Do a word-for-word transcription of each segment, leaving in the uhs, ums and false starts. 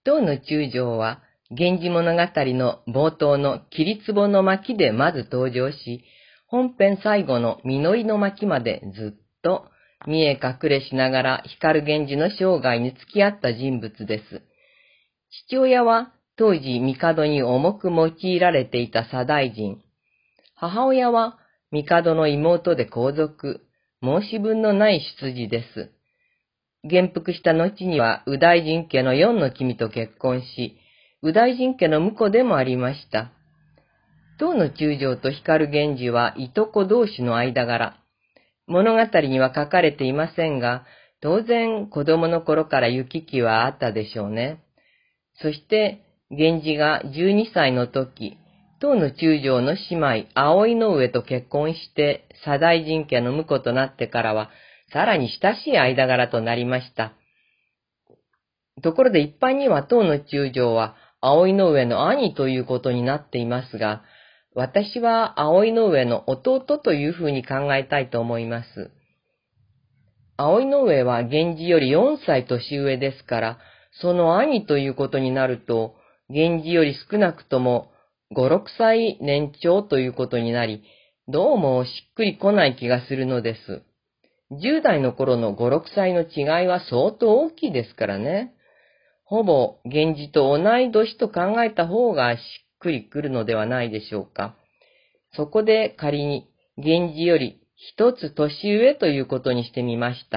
当の中将は、源氏物語の冒頭の桐壺の巻でまず登場し、本編最後の実りの巻までずっと見え隠れしながら光源氏の生涯に付き合った人物です。父親は当時帝に重く用いられていた左大臣。母親は帝の妹で皇族、申し分のない出自です。元服した後には右大臣家の四の君と結婚し、右大臣家の婿でもありました。当の中将と光源氏はいとこ同士の間柄。物語には書かれていませんが、当然子供の頃から行き来はあったでしょうね。そして、源氏がじゅうにさいの時、当の中将の姉妹、葵の上と結婚して、左大臣家の婿となってからは、さらに親しい間柄となりました。ところで一般には当の中将は、葵の上の兄ということになっていますが、私は葵の上の弟というふうに考えたいと思います。葵の上は源氏よりよんさい年上ですから、その兄ということになると、源氏より少なくともご、ろくさい年長ということになり、どうもしっくりこない気がするのです。じゅう代の頃のご、ろくさいの違いは相当大きいですからね。ほぼ源氏と同い年と考えた方がしっくりくるのではないでしょうか。そこで仮に源氏より一つ年上ということにしてみました。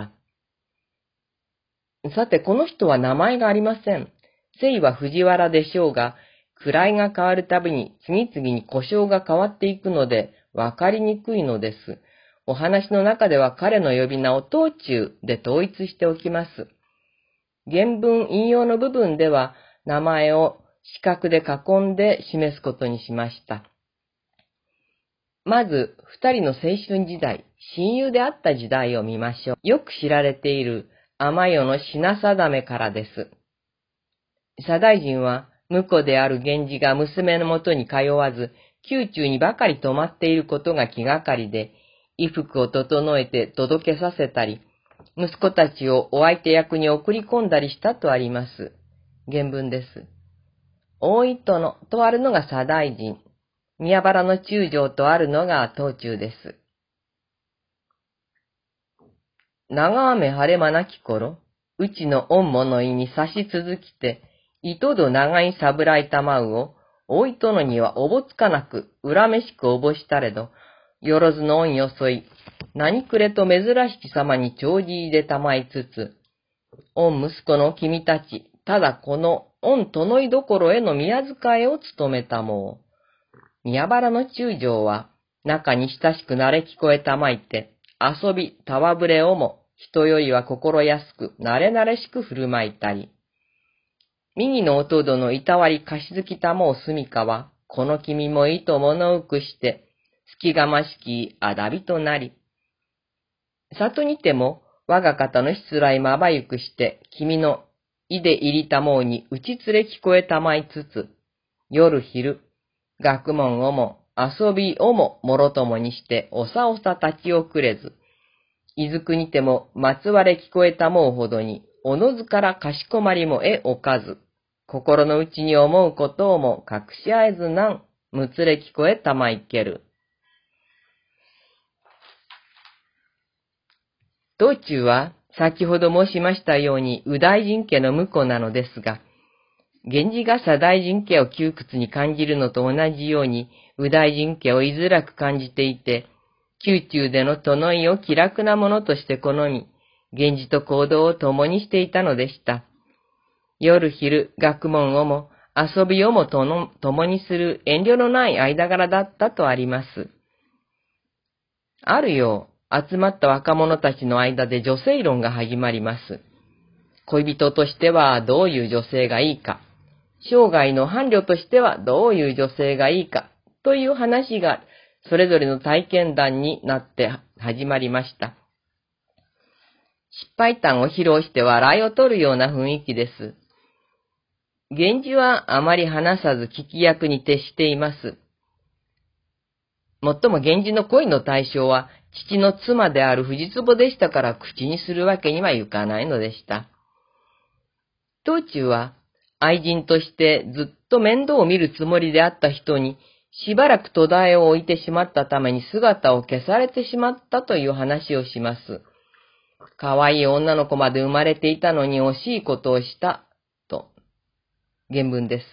さて、この人は名前がありません。姓は藤原でしょうが、位が変わるたびに次々に呼称が変わっていくのでわかりにくいのです。お話の中では彼の呼び名を当中で統一しておきます。原文引用の部分では名前を四角で囲んで示すことにしました。まず、二人の青春時代、親友であった時代を見ましょう。よく知られている天世の品定めからです。左大臣は、婿である源氏が娘のもとに通わず、宮中にばかり泊まっていることが気がかりで、衣服を整えて届けさせたり、息子たちをお相手役に送り込んだりしたとあります。原文です。大井殿とあるのが左大臣、宮原の中将とあるのが当中です。長雨晴れ間なき頃、うちの御物意に差し続きて、糸戸長い侍たまうを、大井殿にはおぼつかなく、恨めしくおぼしたれど、よろずの恩よそい、何くれと珍しき様に弔辞でたまいつつ、御息子の君たち、ただこの御殿井どころへの宮遣いを務めたもう。宮原の中将は、中に親しく慣れ聞こえたまいて、遊び、たわぶれをも、人よりは心安く、慣れ慣れしく振る舞いたり。右の弟のいたわり貸し付きたもうすみかは、この君もいと物うくして、好きがましきあだびとなり。里にても、我が方のしつらいまばゆくして、君のいで入りたもうにうちつれ聞こえたまいつつ、夜昼、学問をも遊びをももろともにしておさおさ立ち遅れず、いずくにてもまつわれ聞こえたもうほどに、おのずからかしこまりもえおかず、心の内に思うことをも隠し合えずなん、むつれ聞こえたまいける。道中は、先ほど申しましたように、右大臣家の婿なのですが、源氏が左大臣家を窮屈に感じるのと同じように、右大臣家を居づらく感じていて、宮中での殿井を気楽なものとして好み、源氏と行動を共にしていたのでした。夜昼、学問をも、遊びをもとの共にする遠慮のない間柄だったとあります。あるよう、集まった若者たちの間で女性論が始まります。恋人としてはどういう女性がいいか、生涯の伴侶としてはどういう女性がいいか、という話がそれぞれの体験談になって始まりました。失敗談を披露して笑いを取るような雰囲気です。源氏はあまり話さず聞き役に徹しています。もっとも源氏の恋の対象は父の妻である藤壺でしたから口にするわけにはいかないのでした。道中は愛人としてずっと面倒を見るつもりであった人に、しばらく途絶えを置いてしまったために姿を消されてしまったという話をします。かわいい女の子まで生まれていたのに惜しいことをした、と。原文です。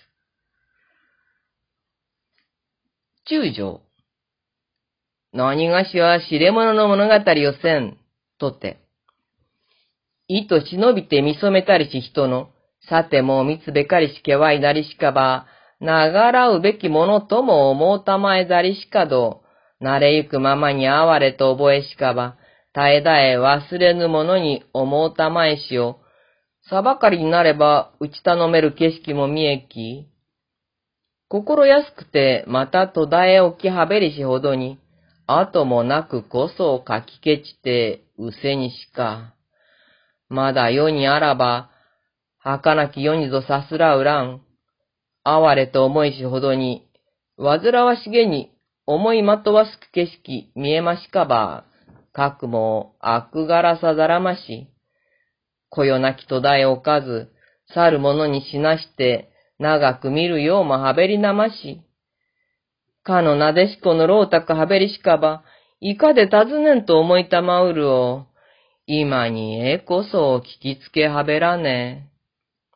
中条。何がしは知れ者の物語をせん、とて。意と忍びて見初めたりし人の、さてもみつべかりしけわいなりしかば、ながらうべきものとも思うたまえざりしかど、なれゆくままに哀れと覚えしかば、たえだえ忘れぬものに思うたまえしよ。さばかりになれば、打ち頼める景色も見えき。心安くて、また途絶え置きはべりしほどに、後もなくこそ書きけちて、うせにしか。まだ世にあらば、儚き世にぞさすらうらん。哀れと思いしほどに、煩わしげに思いまとわすく景色見えましかば、かくも悪がらさざらまし。こよなき途絶えおかず、去る者にしなして、長く見るようもはべりなまし。かのなでしこのろうたくはべりしかば、いかで尋ねんと思いたまうるを、今にえこそ聞きつけはべらねえ。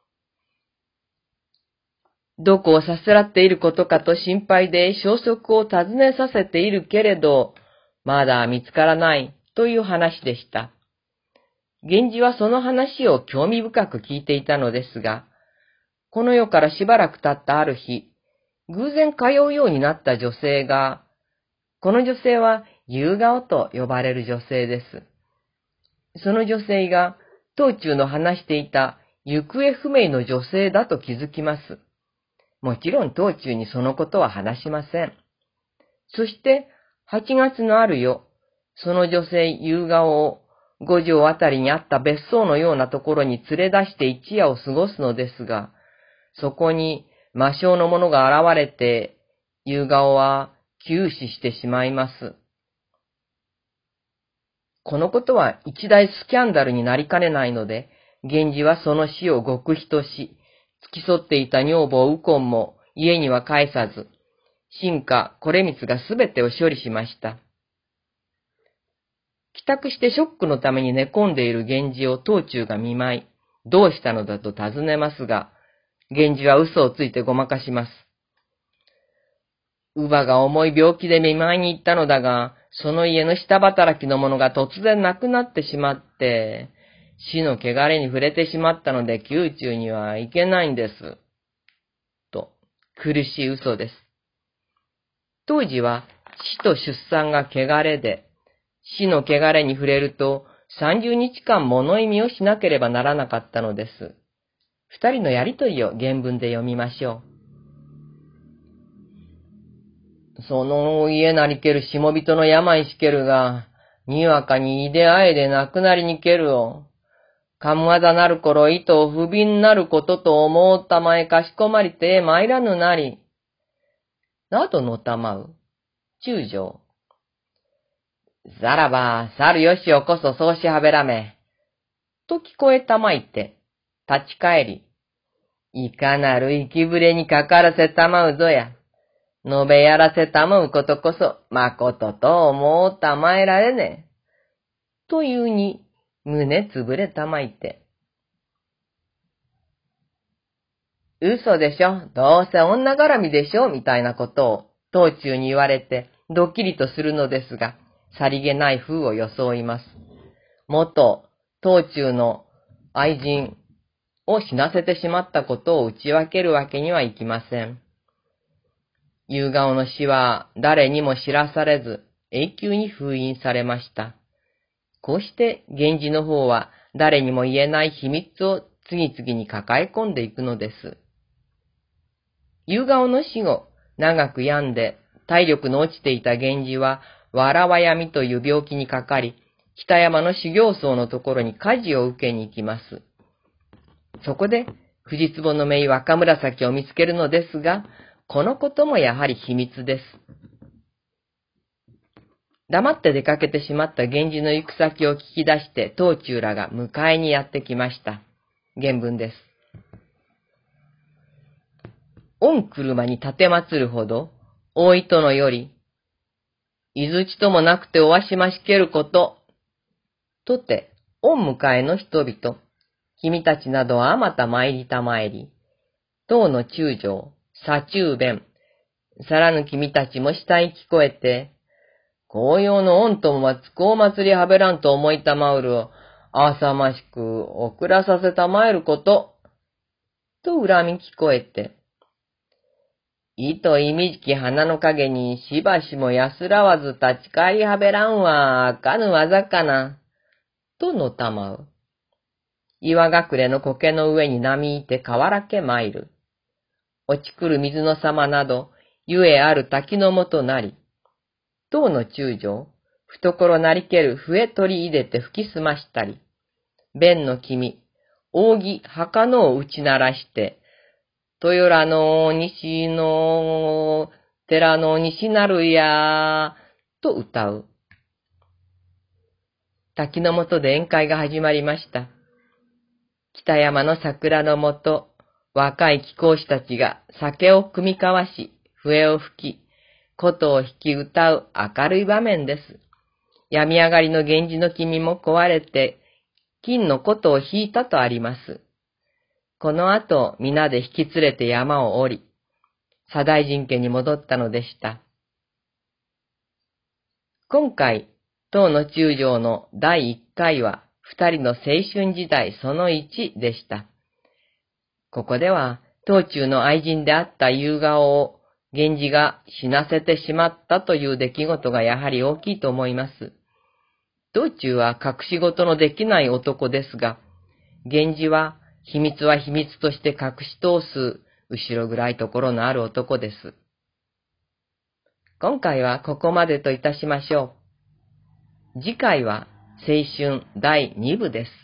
どこをさすらっていることかと心配で消息を尋ねさせているけれど、まだ見つからないという話でした。源氏はその話を興味深く聞いていたのですが、この世からしばらく経ったある日、偶然通うようになった女性が、この女性は夕顔と呼ばれる女性です。その女性が当中の話していた行方不明の女性だと気づきます。もちろん当中にそのことは話しません。そしてはちがつのある夜、その女性夕顔を五条あたりにあった別荘のようなところに連れ出して一夜を過ごすのですが、そこに魔性の者が現れて、夕顔は急死してしまいます。このことは一大スキャンダルになりかねないので、源氏はその死を極秘とし、付き添っていた女房右近も家には帰さず、臣下惟光がすべてを処理しました。帰宅してショックのために寝込んでいる源氏を当中が見舞い、どうしたのだと尋ねますが、源氏は嘘をついてごまかします。乳母が重い病気で見舞いに行ったのだが、その家の下働きの者が突然亡くなってしまって、死の汚れに触れてしまったので宮中には行けないんです。と、苦しい嘘です。当時は死と出産が汚れで、死の汚れに触れるとさんじゅうにちかん物意味をしなければならなかったのです。二人のやりとりを原文で読みましょう。その家なりけるしもびとの病しけるが、にわかにいであえで亡くなりにけるを。かむわざなる頃、いと不憫なることと思うたまえかしこまりて参らぬなり。などのたまう。中条。さらば、去るよしをこそそうしはべらめ。と聞こえたまいて、立ち返り。いかなる生きぶれにかからせたまうぞや。述べやらせたまうことこそ、まことと思うたまえられねえ。というに、胸つぶれたまいて。嘘でしょ、どうせ女絡みでしょ、みたいなことを、当中に言われて、ドッキリとするのですが、さりげない風を装います。元、当中の愛人を死なせてしまったことを打ち分けるわけにはいきません。夕顔の死は誰にも知らされず、永久に封印されました。こうして源氏の方は誰にも言えない秘密を次々に抱え込んでいくのです。夕顔の死後、長く病んで体力の落ちていた源氏は、わらわ闇という病気にかかり、北山の修行僧のところに家事を受けに行きます。そこで、藤壺の姪若紫を見つけるのですが、このこともやはり秘密です。黙って出かけてしまった源氏の行く先を聞き出して当中らが迎えにやってきました。原文です。 御車に立てまつるほど、大いとのより、いずちともなくておわしましけること、とて、御迎えの人々、君たちなどはあまた参りたまえり、当の中将、左中弁、さらぬ君たちも下に聞こえて、紅葉の御ともはつこう祭りはべらんと思いたまうるを、あさましく遅らさせたまえること、と恨み聞こえて、いといみじき花の陰にしばしも安らわず立ち返りはべらんはあかぬ技かな、とのたまう。岩隠れの苔の上に波いて河原け参る。落ち来る水の様など、ゆえある滝のもとなり、当の中将、懐なりける笛取り入れて吹きすましたり、弁の君、扇墓のを打ち鳴らして、豊良の西の寺の西なるやー、と歌う。滝のもとで宴会が始まりました。北山の桜のもと、若い貴公子たちが酒を酌み交わし、笛を吹き、琴を弾き歌う明るい場面です。病み上がりの源氏の君も壊れて、金の琴を弾いたとあります。この後、皆で引き連れて山を降り、左大臣家に戻ったのでした。今回、当の中将のだいいっかいは、二人の青春時代そのいちでした。ここでは、当中の愛人であった夕顔を、源氏が死なせてしまったという出来事がやはり大きいと思います。当中は隠し事のできない男ですが、源氏は秘密は秘密として隠し通す後ろ暗いところのある男です。今回はここまでといたしましょう。次回は青春だいにぶです。